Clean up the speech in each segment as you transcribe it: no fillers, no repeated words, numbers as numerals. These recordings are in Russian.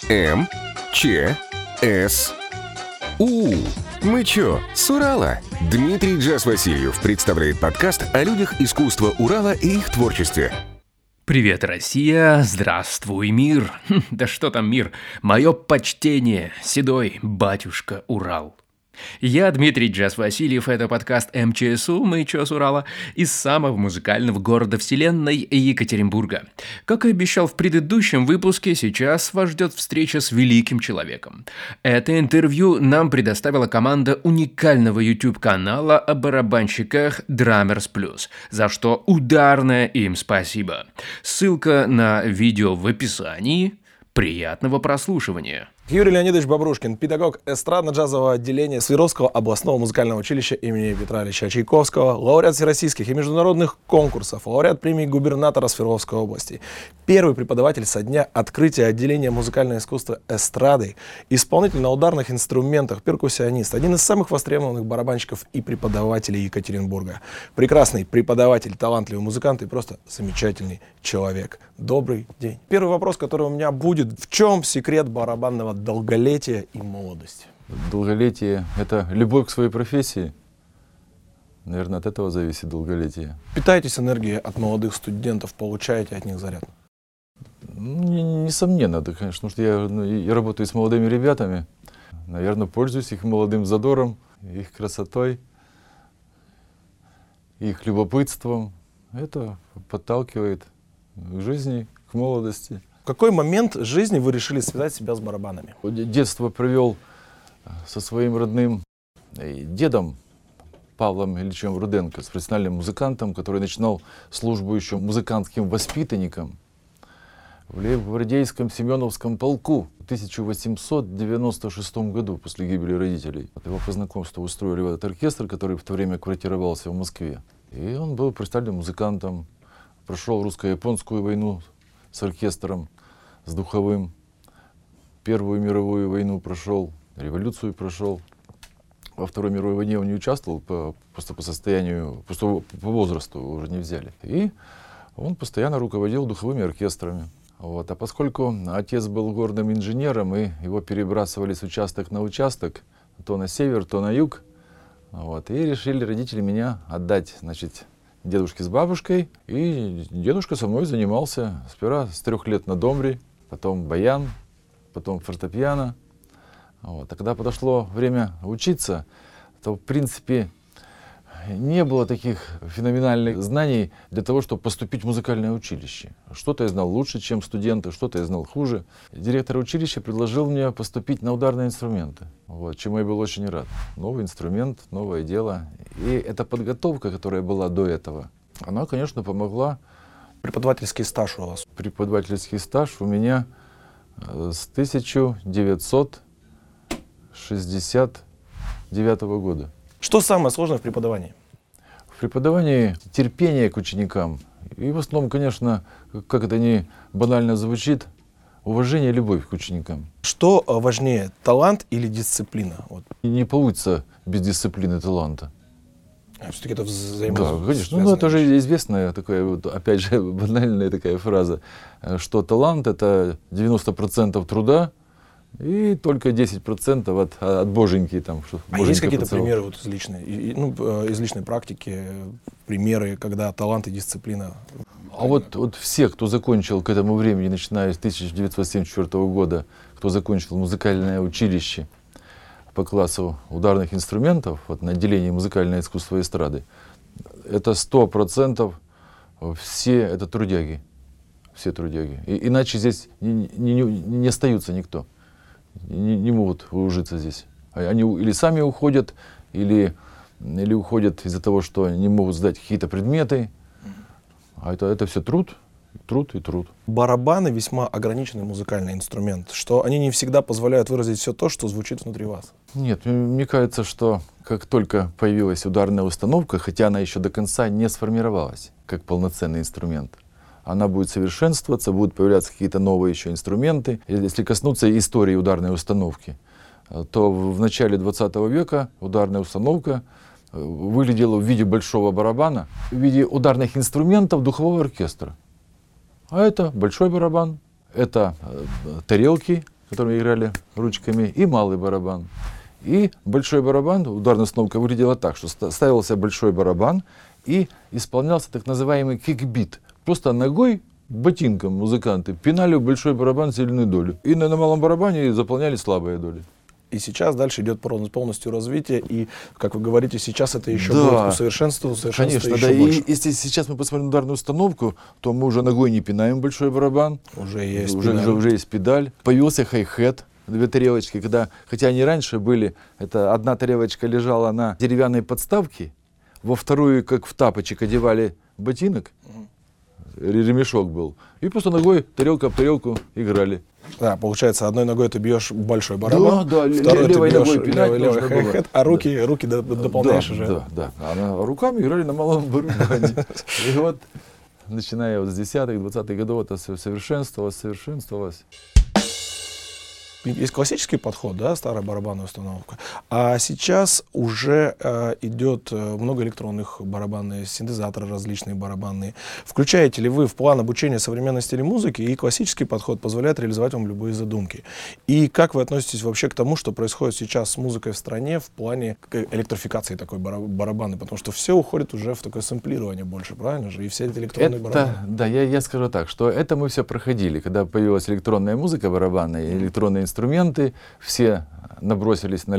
М, Ч, С, У. Мы чё, с Урала? Дмитрий Джаз Васильев представляет подкаст о людях искусства Урала и их творчестве. Привет, Россия! Здравствуй, мир! Да что там мир? Мое почтение, седой батюшка Урал. Я Дмитрий Джаз Васильев, это подкаст МЧСУ «Мы чё с Урала» из самого музыкального города вселенной Екатеринбурга. Как и обещал в предыдущем выпуске, сейчас вас ждет встреча с великим человеком. Это интервью нам предоставила команда уникального YouTube-канала о барабанщиках Drummers Plus, за что ударное им спасибо. Ссылка на видео в описании. Приятного прослушивания. Юрий Леонидович Бобрушкин, педагог эстрадно-джазового отделения Свердловского областного музыкального училища имени Петра Ильича Чайковского, лауреат всероссийских и международных конкурсов, лауреат премии губернатора Свердловской области, первый преподаватель со дня открытия отделения музыкального искусства эстрады, исполнитель на ударных инструментах, перкуссионист, один из самых востребованных барабанщиков и преподавателей Екатеринбурга. Прекрасный преподаватель, талантливый музыкант и просто замечательный человек. Добрый день. Первый вопрос, который у меня будет: в чем секрет барабанного долголетия и молодости? Долголетие — это любовь к своей профессии. Наверное, от этого зависит долголетие. Питаетесь энергией от молодых студентов, получаете от них заряд? Несомненно, да, конечно, потому что я работаю с молодыми ребятами. Наверное, пользуюсь их молодым задором, их красотой, их любопытством. Это подталкивает к жизни, к молодости. В какой момент жизни вы решили связать себя с барабанами? Детство провел со своим родным дедом Павлом Ильичем Руденко, с профессиональным музыкантом, который начинал службу еще музыкантским воспитанником в Гвардейском Семеновском полку в 1896 году, после гибели родителей. Его по знакомству устроили в этот оркестр, который в то время квартировался в Москве. И он был профессиональным музыкантом, прошел русско-японскую войну с оркестром, с духовым, Первую мировую войну прошел, революцию прошел. Во Второй мировой войне он не участвовал, просто по состоянию, просто по возрасту его уже не взяли. И он постоянно руководил духовыми оркестрами. Вот. А поскольку отец был горным инженером, и его перебрасывали с участок на участок, то на север, то на юг, вот, и решили родители меня отдать, значит, дедушке с бабушкой. И дедушка со мной занимался сперва с 3 лет на домбре, потом баян, потом фортепиано. Вот. А когда подошло время учиться, то в принципе не было таких феноменальных знаний для того, чтобы поступить в музыкальное училище. Что-то я знал лучше, чем студенты, что-то я знал хуже. Директор училища предложил мне поступить на ударные инструменты, вот, чему я был очень рад. Новый инструмент, новое дело. И эта подготовка, которая была до этого, она, конечно, помогла. Преподавательский стаж у вас? Преподавательский стаж у меня с 1969 года. Что самое сложное в преподавании? В преподавании терпение к ученикам. И в основном, конечно, как это не банально звучит, уважение и любовь к ученикам. Что важнее, талант или дисциплина? Вот. Не получится без дисциплины таланта. Все-таки это Да, конечно. Ну, это же известная такая, вот, опять же, банальная такая фраза, что талант — это 90% труда, и только 10% от боженьки. Там, что есть какие-то примеры вот, из личной практики, примеры, когда талант и дисциплина? А вот все, кто закончил к этому времени, начиная с 1974 года, кто закончил музыкальное училище по классу ударных инструментов, вот, на отделении музыкальное искусство и эстрады, это 100% все это трудяги. Все трудяги. Иначе здесь не остаются никто. Не могут ужиться здесь. Они или сами уходят, или уходят из-за того, что не могут сдать какие-то предметы. А это все труд и труд. Барабаны весьма ограниченный музыкальный инструмент, что они не всегда позволяют выразить все то, что звучит внутри вас. Нет, мне кажется, что как только появилась ударная установка, хотя она еще до конца не сформировалась как полноценный инструмент, она будет совершенствоваться, будут появляться какие-то новые еще инструменты. Если коснуться истории ударной установки, то в начале 20 века ударная установка выглядела в виде большого барабана, в виде ударных инструментов духового оркестра. А это большой барабан, это тарелки которыми играли ручками, и малый барабан. И большой барабан, ударная установка выглядела так, что ставился большой барабан и исполнялся так называемый кикбит. Просто ногой, ботинком музыканты пинали в большой барабан сильную долю. И на малом барабане заполняли слабые доли. И сейчас дальше идет полностью развитие, и, как вы говорите, сейчас это еще Да. будет усовершенствоваться Конечно, еще да. больше. И если сейчас мы посмотрим на ударную установку, то мы уже ногой не пинаем большой барабан. Уже есть Уже есть педаль. Появился хай-хет, 2 тарелочки, хотя они раньше были, это одна тарелочка лежала на деревянной подставке, во вторую, как в тапочек, одевали ботинок, ремешок был, и просто ногой тарелка об тарелку играли. Да, получается, одной ногой ты бьешь большой барабан, Да, второй левой ты бьешь ногой пинать левый нужно было. хай-хет, а руки дополняешь Да, уже. да. А руками играли на малом барабане. И вот, начиная вот с 10-х, 20-х годов, это все совершенствовалось. Есть классический подход, да, старая барабанная установка, а сейчас уже идет много электронных барабанных, синтезаторы различные барабанные. Включаете ли вы в план обучения современной стиле музыки, и классический подход позволяет реализовать вам любые задумки? И как вы относитесь вообще к тому, что происходит сейчас с музыкой в стране в плане электрификации такой барабаны? Потому что все уходит уже в такое сэмплирование больше, правильно же? И все эти электронные барабаны. Да, я скажу так, что это мы все проходили, когда появилась электронная музыка барабанная, электронные инструменты, все набросились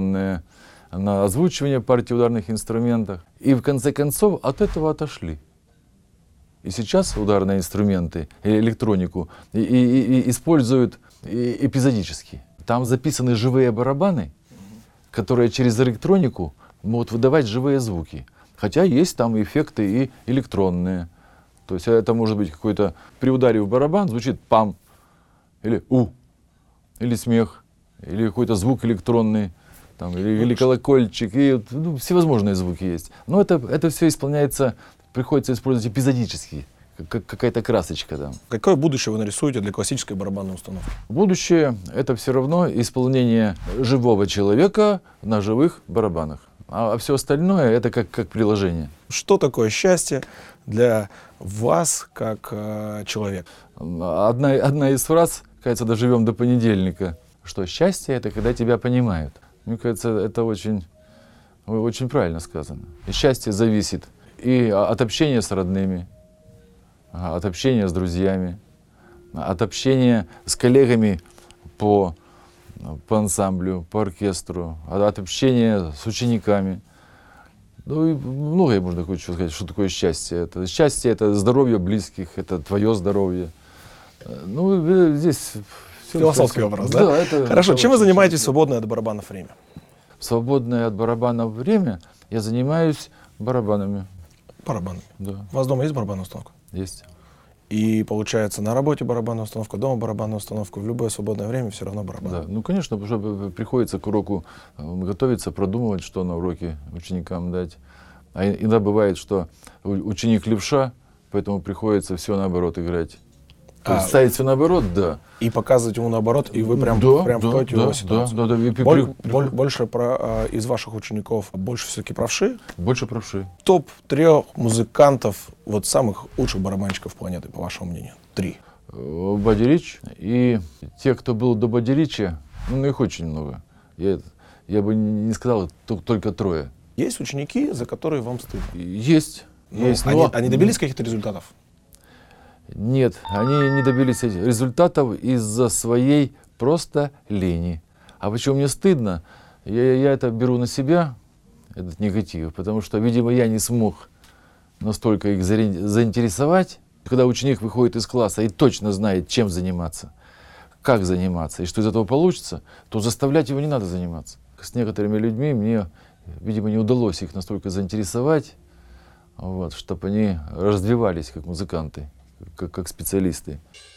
на озвучивание партий ударных инструментов, и в конце концов от этого отошли. И сейчас ударные инструменты, электронику и используют эпизодически. Там записаны живые барабаны, которые через электронику могут выдавать живые звуки. Хотя есть там эффекты и электронные. То есть это может быть какой-то, при ударе в барабан звучит пам, или у, или смех, или какой-то звук электронный, там, или колокольчик, и всевозможные звуки есть. Но это все исполняется, приходится использовать эпизодически, какая-то красочка там. Какое будущее вы нарисуете для классической барабанной установки? Будущее — это все равно исполнение живого человека на живых барабанах. А все остальное — это как приложение. Что такое счастье для вас, как человека? Одна из фраз, кажется, доживем до понедельника, что счастье — это когда тебя понимают. Мне кажется, это очень правильно сказано. И счастье зависит и от общения с родными, от общения с друзьями, от общения с коллегами по ансамблю, по оркестру, от общения с учениками. Ну и многое можно сказать, что такое счастье. Счастье — это здоровье близких, это твое здоровье. Ну, здесь... Философский вопрос, да? Да, это... Хорошо, чем вы занимаетесь в свободное от барабанов время? В свободное от барабанов время я занимаюсь барабанами. Барабаны. Да, У вас дома есть барабанная установка? есть. И получается, на работе барабанная установка, дома барабанная установка, в любое свободное время все равно барабан. Да, ну конечно, потому что приходится к уроку готовиться, продумывать, что на уроке ученикам дать. А иногда бывает, что ученик левша, поэтому приходится все наоборот играть. То есть ставить все наоборот, да. И показывать ему наоборот, и вы прям входите в его ситуацию. Да. Больше из ваших учеников, больше все-таки правши? Больше правши. Топ-3 музыкантов, вот самых лучших барабанщиков планеты, по вашему мнению? 3. Бадди Рич. И те, кто был до Бадди Рича, ну их очень много. Я бы не сказал, только 3. Есть ученики, за которые вам стыдно? Есть. Они добились каких-то результатов? Нет, они не добились этих результатов из-за своей просто лени. А почему мне стыдно? Я это беру на себя, этот негатив, потому что, видимо, я не смог настолько их заинтересовать. Когда ученик выходит из класса и точно знает, чем заниматься, как заниматься и что из этого получится, то заставлять его не надо заниматься. С некоторыми людьми мне, видимо, не удалось их настолько заинтересовать, вот, чтобы они развивались как музыканты, как специалисты.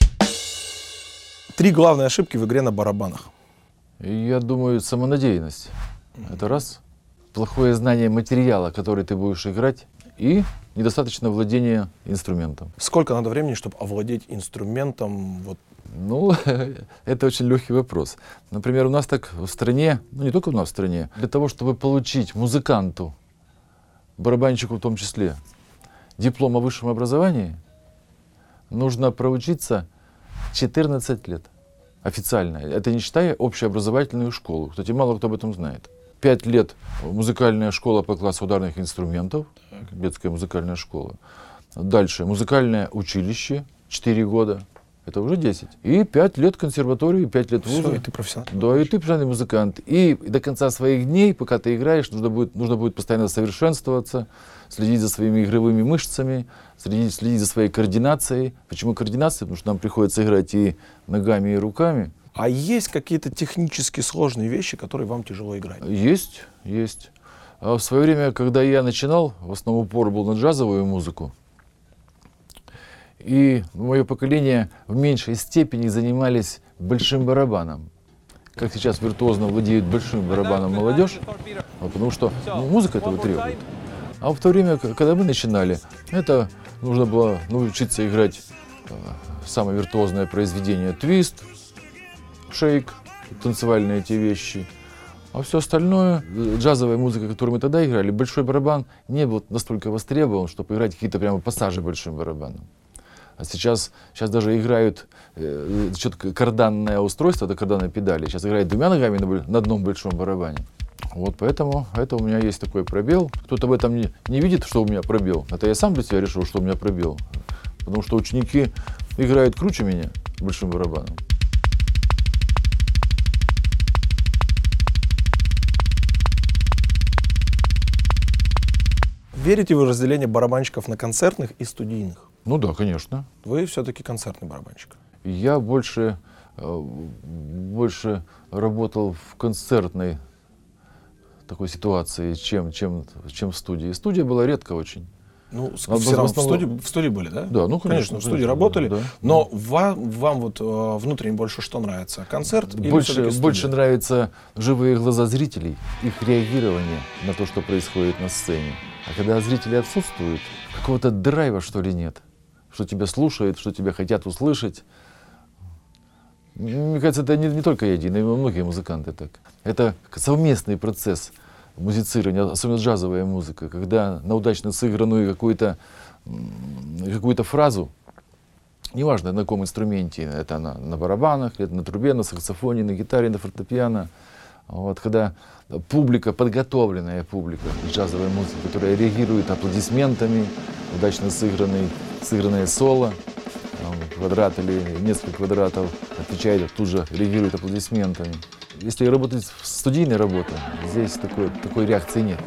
3 главные ошибки в игре на барабанах. Я думаю, самонадеянность. Это раз. Плохое знание материала, который ты будешь играть, и недостаточное владение инструментом. Сколько надо времени, чтобы овладеть инструментом? Вот. Ну, это очень легкий вопрос. Например, у нас так в стране, ну не только у нас в стране, для того, чтобы получить музыканту, барабанщику в том числе, диплом о высшем образовании, нужно проучиться 14 лет. официальная. Это не считая общеобразовательную школу. Кстати, мало кто об этом знает. 5 лет музыкальная школа по классу ударных инструментов, детская музыкальная школа. Дальше музыкальное училище, 4 года. Это уже 10. И 5 лет консерватории, 5 лет вуза. Все, и ты профессионал. Да, и ты профессиональный музыкант. И до конца своих дней, пока ты играешь, нужно будет постоянно совершенствоваться, следить за своими игровыми мышцами, следить за своей координацией. Почему координация? Потому что нам приходится играть и ногами, и руками. А есть какие-то технически сложные вещи, которые вам тяжело играть? Есть. А в свое время, когда я начинал, в основном упор был на джазовую музыку. И мое поколение в меньшей степени занимались большим барабаном. Как сейчас виртуозно владеет большим барабаном молодежь, потому что музыка этого требует. А в то время, когда мы начинали, это нужно было научиться играть самое виртуозное произведение твист, шейк, танцевальные эти вещи. А все остальное, джазовая музыка, которую мы тогда играли, большой барабан не был настолько востребован, чтобы играть какие-то прямо пассажи большим барабаном. А сейчас даже играют карданное устройство, это карданные педали. Сейчас играют 2 ногами на одном большом барабане. Вот поэтому это у меня есть такой пробел. Кто-то в этом не видит, что у меня пробел. Это я сам для себя решил, что у меня пробел. Потому что ученики играют круче меня большим барабаном. Верите вы в разделение барабанщиков на концертных и студийных? Ну да, конечно. Вы все-таки концертный барабанщик. Я больше работал в концертной такой ситуации, чем в студии. Студия была редко очень. Ну, все равно в студии были, да? Да, ну конечно, в студии работали. Да. Но вам вот внутренне больше что нравится? Концерт или больше нравятся живые глаза зрителей, их реагирование на то, что происходит на сцене. А когда зрители отсутствуют, какого-то драйва, что ли, нет. Что тебя слушают, что тебя хотят услышать. Мне кажется, это не только я один, и многие музыканты так. Это совместный процесс музицирования, особенно джазовая музыка, когда на удачно сыгранную какую-то фразу, неважно на каком инструменте, это на барабанах, это на трубе, на саксофоне, на гитаре, на фортепиано. Вот, когда публика, подготовленная публика джазовой музыки, которая реагирует аплодисментами, удачно сыгранное соло, квадрат или несколько квадратов, отвечает, тут же реагирует аплодисментами. Если работать в студийной работе, здесь такой реакции нет.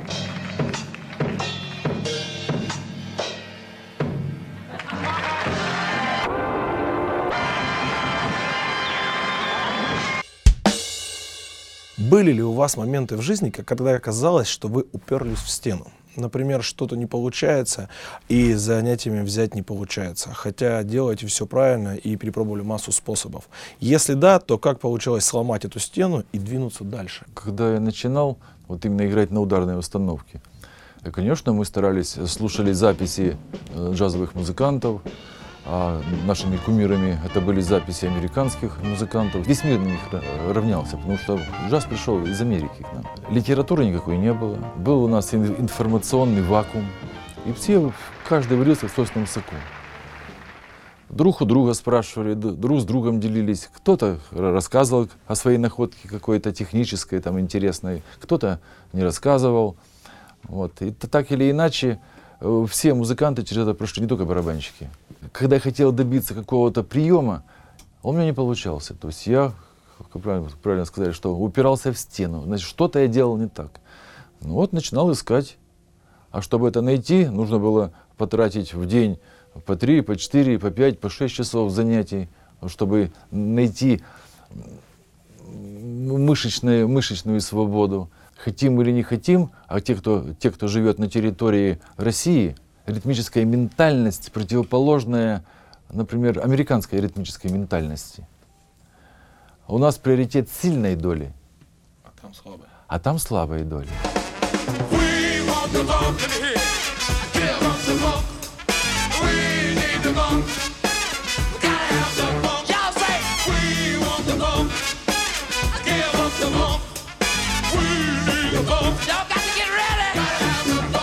Были ли у вас моменты в жизни, когда казалось, что вы уперлись в стену? Например, что-то не получается, и занятиями взять не получается, хотя делаете все правильно и перепробовали массу способов. Если да, то как получилось сломать эту стену и двинуться дальше? Когда я начинал вот именно играть на ударной установке, конечно, мы слушали записи джазовых музыкантов, а нашими кумирами это были записи американских музыкантов. Весь мир на них равнялся, потому что джаз пришел из Америки к нам. Литературы никакой не было. Был у нас информационный вакуум. И каждый варился в собственном соку. Друг у друга спрашивали, друг с другом делились. Кто-то рассказывал о своей находке какой-то технической, интересной, кто-то не рассказывал. Вот. И так или иначе, все музыканты через это прошли, не только барабанщики. Когда я хотел добиться какого-то приема, он у меня не получался. То есть я, как правильно сказать, что упирался в стену. Значит, что-то я делал не так. Ну вот, начинал искать. А чтобы это найти, нужно было потратить в день по 3, по 4, по 5, по 6 часов занятий, чтобы найти мышечную свободу. Хотим или не хотим, а те, кто живет на территории России, ритмическая ментальность противоположная, например, американской ритмической ментальности. У нас приоритет сильной доли, а там слабой доли.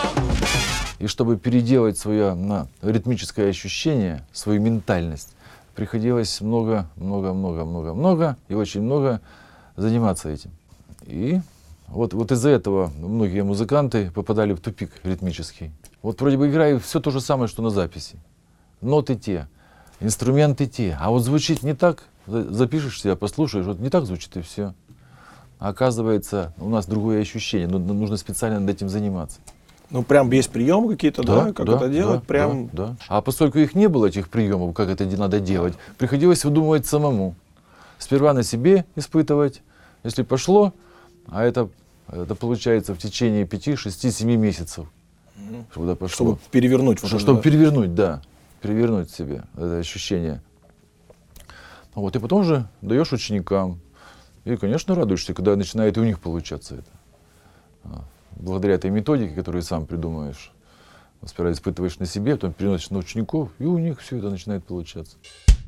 И чтобы переделать свое ритмическое ощущение, свою ментальность, приходилось много и очень много заниматься этим. И вот из-за этого многие музыканты попадали в тупик ритмический. Вот вроде бы играю все то же самое, что на записи. Ноты те, инструменты те, а вот звучит не так. Запишешь себя, послушаешь, вот не так звучит и все. А оказывается, у нас другое ощущение, нужно специально над этим заниматься. Ну, прям есть приемы какие-то, да? Как это делать? Прям... Да. А поскольку их не было, этих приемов, как это надо делать, приходилось выдумывать самому. Сперва на себе испытывать, если пошло, а это получается в течение 5, 6, 7 месяцев. Чтобы пошло. Чтобы перевернуть. Чтобы перевернуть, да. Перевернуть себе это ощущение. Вот, и потом же даешь ученикам. И, конечно, радуешься, когда начинает и у них получаться это. Благодаря этой методике, которую сам придумаешь, сперва испытываешь на себе, потом переносишь на учеников, и у них все это начинает получаться.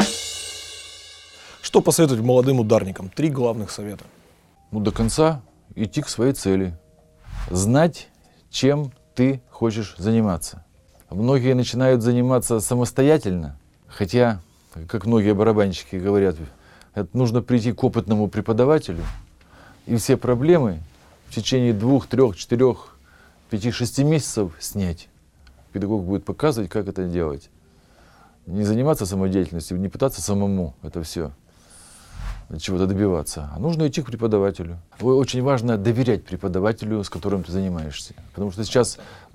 Что посоветовать молодым ударникам? 3 главных совета. Ну, до конца идти к своей цели. Знать, чем ты хочешь заниматься. Многие начинают заниматься самостоятельно, хотя, как многие барабанщики говорят, это нужно прийти к опытному преподавателю, и все проблемы в течение 2, 3, 4, 5, 6 месяцев снять. Педагог будет показывать, как это делать. Не заниматься самодеятельностью, не пытаться самому это все чего-то добиваться, а нужно идти к преподавателю. Очень важно доверять преподавателю, с которым ты занимаешься. Потому что сейчас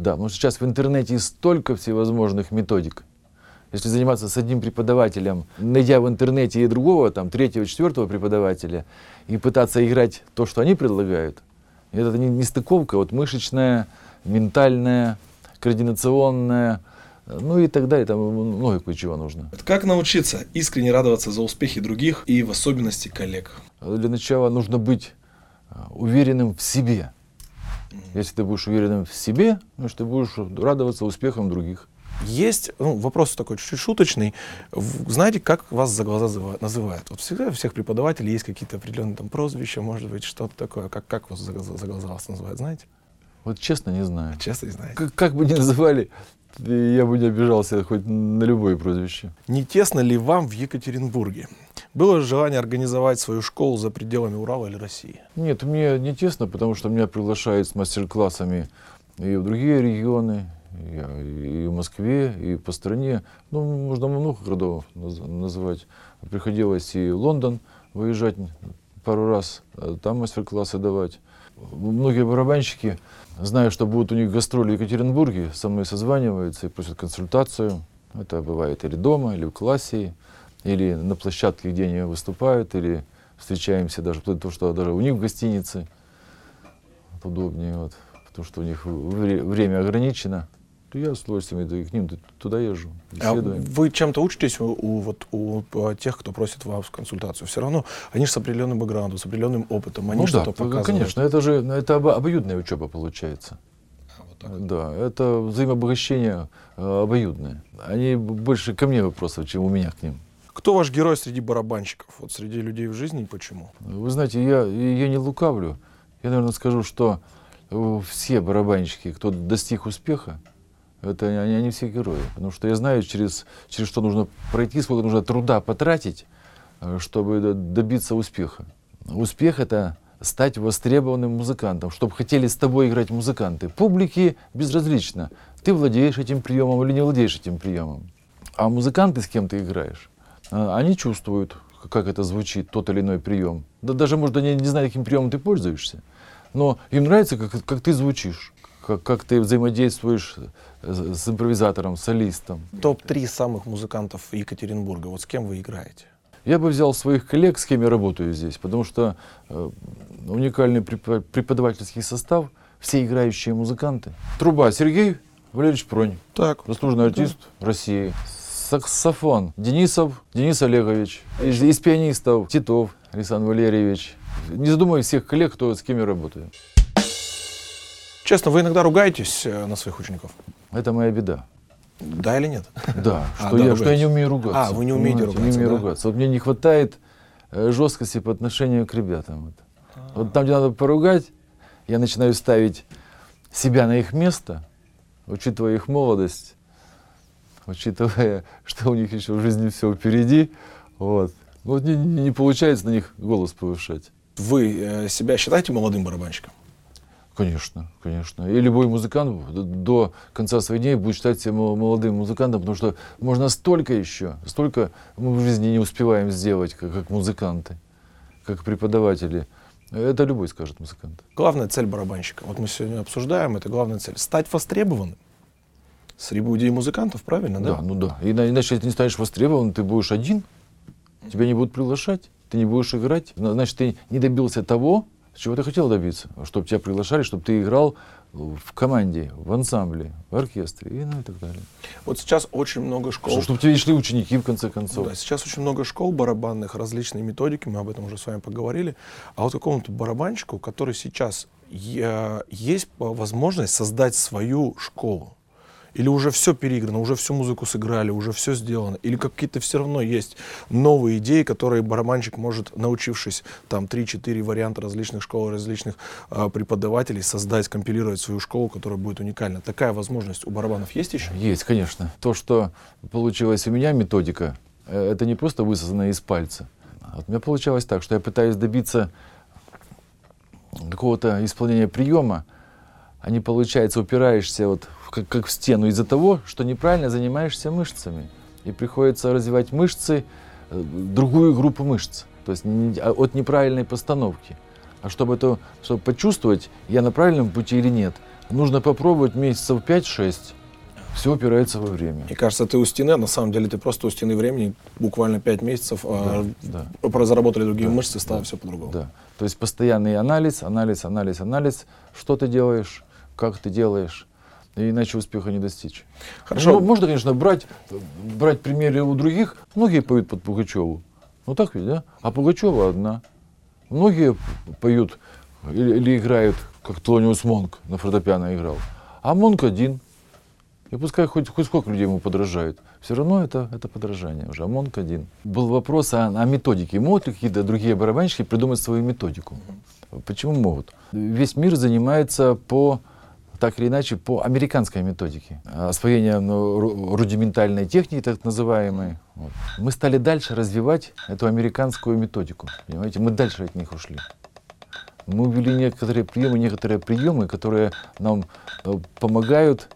в интернете столько всевозможных методик. Если заниматься с одним преподавателем, найдя в интернете и другого, там, 3-го, 4-го преподавателя, и пытаться играть то, что они предлагают, это не стыковка, вот мышечная, ментальная, координационная, ну и так далее, там много кое-чего нужно. Как научиться искренне радоваться за успехи других и в особенности коллег? Для начала нужно быть уверенным в себе. Если ты будешь уверенным в себе, значит, ты будешь радоваться успехам других. Есть, вопрос такой чуть-чуть шуточный. Знаете, как вас за глаза называют? Вот всегда у всех преподавателей есть какие-то определенные там прозвища, может быть, что-то такое. Как вас за глаза вас называют, знаете? Вот честно не знаю. Честно не знаете? Как бы ни называли, я бы не обижался хоть на любое прозвище. Не тесно ли вам в Екатеринбурге? Было желание организовать свою школу за пределами Урала или России? Нет, мне не тесно, потому что меня приглашают с мастер-классами и в другие регионы, и в Москве, и по стране. Ну, можно много городов называть. Приходилось и в Лондон выезжать пару раз, там мастер-классы давать. Многие барабанщики, зная, что будут у них гастроли в Екатеринбурге, со мной созваниваются и просят консультацию. Это бывает или дома, или в классе, или на площадке, где они выступают, или встречаемся даже, потому что даже у них в гостинице удобнее, вот, потому что у них время ограничено. То я с удовольствием к ним туда езжу, беседуем. А вы чем-то учитесь у тех, кто просит вас консультацию? Все равно они же с определенным бэкграундом, с определенным опытом, они что-то показывают. Конечно, это обоюдная учеба получается. Вот так. Да, это взаимообогащение обоюдное. Они больше ко мне вопросы, чем у меня к ним. Кто ваш герой среди барабанщиков? Вот среди людей в жизни и почему? Вы знаете, я не лукавлю. Я, наверное, скажу, что все барабанщики, кто достиг успеха, они все герои. Потому что я знаю, через что нужно пройти, сколько нужно труда потратить, чтобы добиться успеха. Успех — это стать востребованным музыкантом, чтобы хотели с тобой играть музыканты. Публике безразлично, ты владеешь этим приемом или не владеешь этим приемом. А музыканты, с кем ты играешь, они чувствуют, как это звучит, тот или иной прием. Да даже, может, они не знают, каким приемом ты пользуешься, но им нравится, как ты звучишь, как ты взаимодействуешь с импровизатором, солистом. Топ-3 самых музыкантов Екатеринбурга. Вот с кем вы играете? Я бы взял своих коллег, с кем я работаю здесь, потому что уникальный преподавательский состав, все играющие музыканты. Труба — Сергей Валерьевич Пронь, Так. заслуженный артист России. Саксофон — Денис Олегович. Из пианистов — Титов Александр Валерьевич. Не задумывая всех коллег, с кем я работаю. Честно, вы иногда ругаетесь на своих учеников? Это моя беда. Да или нет? Да, что я не умею ругаться. Вы не умеете ругаться, не умею да? ругаться. Вот мне не хватает жесткости по отношению к ребятам. Вот там, где надо поругать, я начинаю ставить себя на их место, учитывая их молодость. учитывая, что у них еще в жизни все впереди. Вот. Вот не получается на них голос повышать. Вы себя считаете молодым барабанщиком? Конечно, конечно. И любой музыкант до конца своих дней будет считать себя молодым музыкантом, потому что можно столько мы в жизни не успеваем сделать, как музыканты, как преподаватели. Это любой скажет музыкант. Главная цель барабанщика, вот мы сегодня обсуждаем, это главная цель — стать востребованным среди музыкантов, правильно, да? Да, ну да. Иначе, если ты не станешь востребованным, ты будешь один, тебя не будут приглашать, ты не будешь играть, значит, ты не добился того, чего ты хотел добиться, чтобы тебя приглашали, чтобы ты играл в команде, в ансамбле, в оркестре и так далее. Вот сейчас очень много школ. Чтобы тебе шли ученики, в конце концов. Да, сейчас очень много школ барабанных, различные методики, мы об этом уже с вами поговорили. А вот какому-то барабанщику, который сейчас есть возможность создать свою школу, или уже все переиграно, уже всю музыку сыграли, уже все сделано, или какие-то все равно есть новые идеи, которые барабанщик может, научившись там 3-4 варианта различных школ, различных преподавателей, создать, компилировать свою школу, которая будет уникальна. Такая возможность у барабанов есть еще? Есть, конечно. То, что получилось у меня методика, это не просто высосанное из пальца. Вот у меня получалось так, что я пытаюсь добиться какого-то исполнения приема, а не получается, упираешься вот как в стену из-за того, что неправильно занимаешься мышцами. И приходится развивать мышцы, другую группу мышц, то есть от неправильной постановки. А чтобы почувствовать, я на правильном пути или нет, нужно попробовать месяцев 5-6. Все упирается во время. Мне кажется, ты у стены, а на самом деле ты просто у стены времени, буквально 5 месяцев, заработали другие мышцы, стало все по-другому. Да. То есть постоянный анализ, что ты делаешь, как ты делаешь, и иначе успеха не достичь. Хорошо. Ну, можно, конечно, брать примеры у других. Многие поют под Пугачеву. Ну так ведь, да? А Пугачева одна. Многие поют или играют, как Тлониус Монк на фортепиано играл. А Монк один. И пускай хоть сколько людей ему подражают, все равно это подражание уже, а Монк один. Был вопрос о методике. Могут ли какие-то другие барабанщики придумать свою методику? Почему могут? Весь мир занимается так или иначе, по американской методике. Освоение рудиментальной техники, так называемой. Вот. Мы стали дальше развивать эту американскую методику. Понимаете, мы дальше от них ушли. Мы ввели некоторые приемы, которые нам помогают,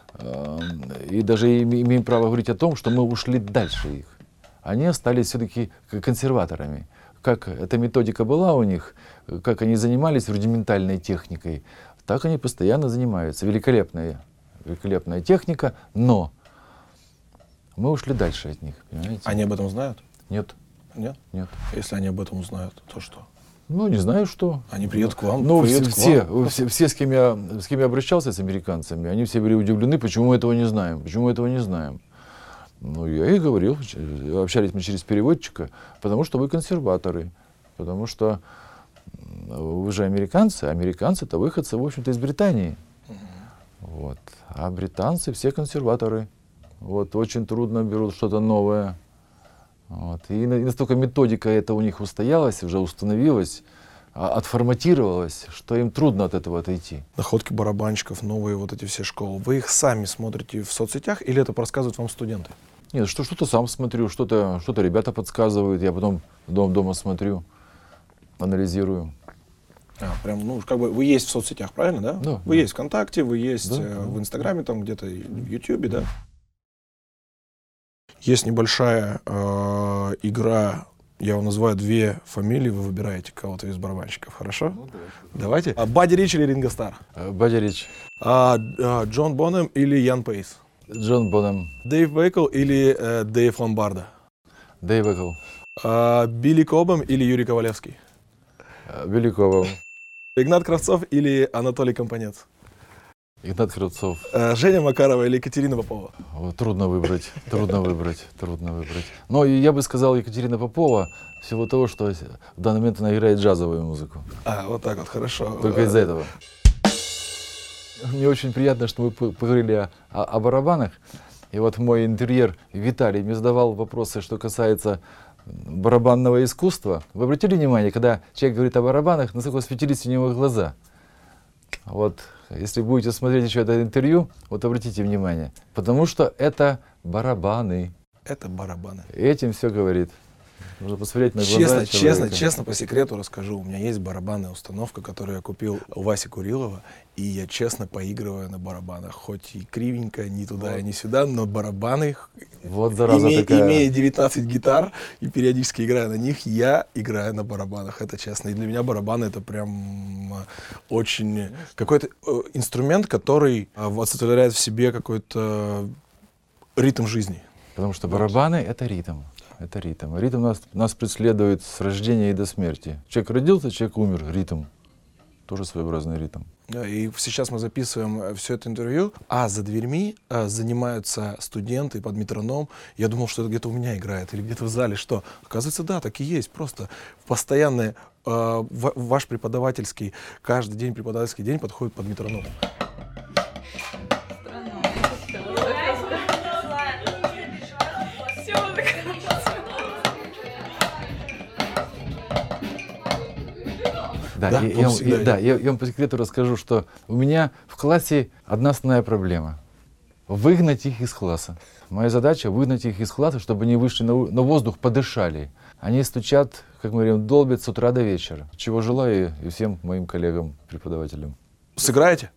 и даже имеем право говорить о том, что мы ушли дальше их. Они остались все-таки консерваторами. Как эта методика была у них, как они занимались рудиментальной техникой, так они постоянно занимаются. Великолепная техника, но мы ушли дальше от них. Понимаете? Они об этом знают? Нет. Нет? Нет. Если они об этом узнают, то что? Ну, не знаю, что. Они приедут к вам? Ну, все, с кем я обращался, с американцами, они все были удивлены, почему мы этого не знаем. Ну, я и говорил, общались мы через переводчика, потому что вы консерваторы, потому что вы же американцы, американцы-то выходцы, в общем-то, из Британии. Вот. А британцы все консерваторы. Вот. Очень трудно берут что-то новое. Вот. И настолько методика эта у них устоялась, уже установилась, отформатировалась, что им трудно от этого отойти. Находки барабанщиков, новые вот эти все школы, вы их сами смотрите в соцсетях или это рассказывают вам студенты? Нет, что-то сам смотрю, что-то ребята подсказывают, я потом дома смотрю, анализирую. Прям, ну, как бы вы есть в соцсетях, правильно, да? Да. Вы есть ВКонтакте, вы есть Да. в Инстаграме, там где-то в Ютубе, да? Есть небольшая игра, я его называю 2 фамилии, вы выбираете кого-то из барабанщиков, хорошо? Ну, давайте. Бадди Рич или Ринго Стар? Бадди Рич. Джон Бонем или Ян Пейс? Джон Бонем. Дэйв Вейкл или Дэйв Ломбардо? Дэйв Вейкл. Билли Кобом или Юрий Ковалевский? Билли Кобом. Игнат Кравцов или Анатолий Компанец? Игнат Кравцов. Женя Макарова или Екатерина Попова? Трудно выбрать. Но я бы сказал Екатерина Попова, всего того, что в данный момент она играет джазовую музыку. Вот так вот, хорошо. Только из-за этого. Мне очень приятно, что мы поговорили о барабанах. И вот мой интерьер Виталий мне задавал вопросы, что касается барабанного искусства. Вы обратили внимание, когда человек говорит о барабанах, насколько светились у него глаза? Вот, если будете смотреть еще это интервью, вот обратите внимание. Потому что это барабаны. Это барабаны. Этим все говорит. Нужно посмотреть на глаза Честно, по секрету расскажу. У меня есть барабанная установка, которую я купил у Васи Курилова, и я честно поигрываю на барабанах. Хоть и кривенько, ни туда, ни сюда, но барабаны, вот зараза такая. Имея 19 гитар и периодически играя на них, я играю на барабанах, это честно. И для меня барабаны — это прям очень какой-то инструмент, который олицетворяет в себе какой-то ритм жизни. Потому что барабаны — это ритм. Это ритм. Ритм нас преследует с рождения и до смерти. Человек родился, человек умер. Ритм. Тоже своеобразный ритм. Да, и сейчас мы записываем все это интервью, а за дверьми занимаются студенты под метроном. Я думал, что это где-то у меня играет или где-то в зале. Что? Оказывается, да, так и есть. Просто постоянно ваш преподавательский, каждый день преподавательский день подходит под метроном. Да, я вам по секрету расскажу, что у меня в классе одна основная проблема — выгнать их из класса. Моя задача — выгнать их из класса, чтобы они вышли на воздух, подышали. Они стучат, как мы говорим, долбят с утра до вечера. Чего желаю и всем моим коллегам, преподавателям. Сыграете?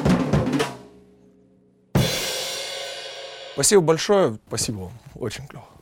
Спасибо большое. Спасибо вам. Очень клево.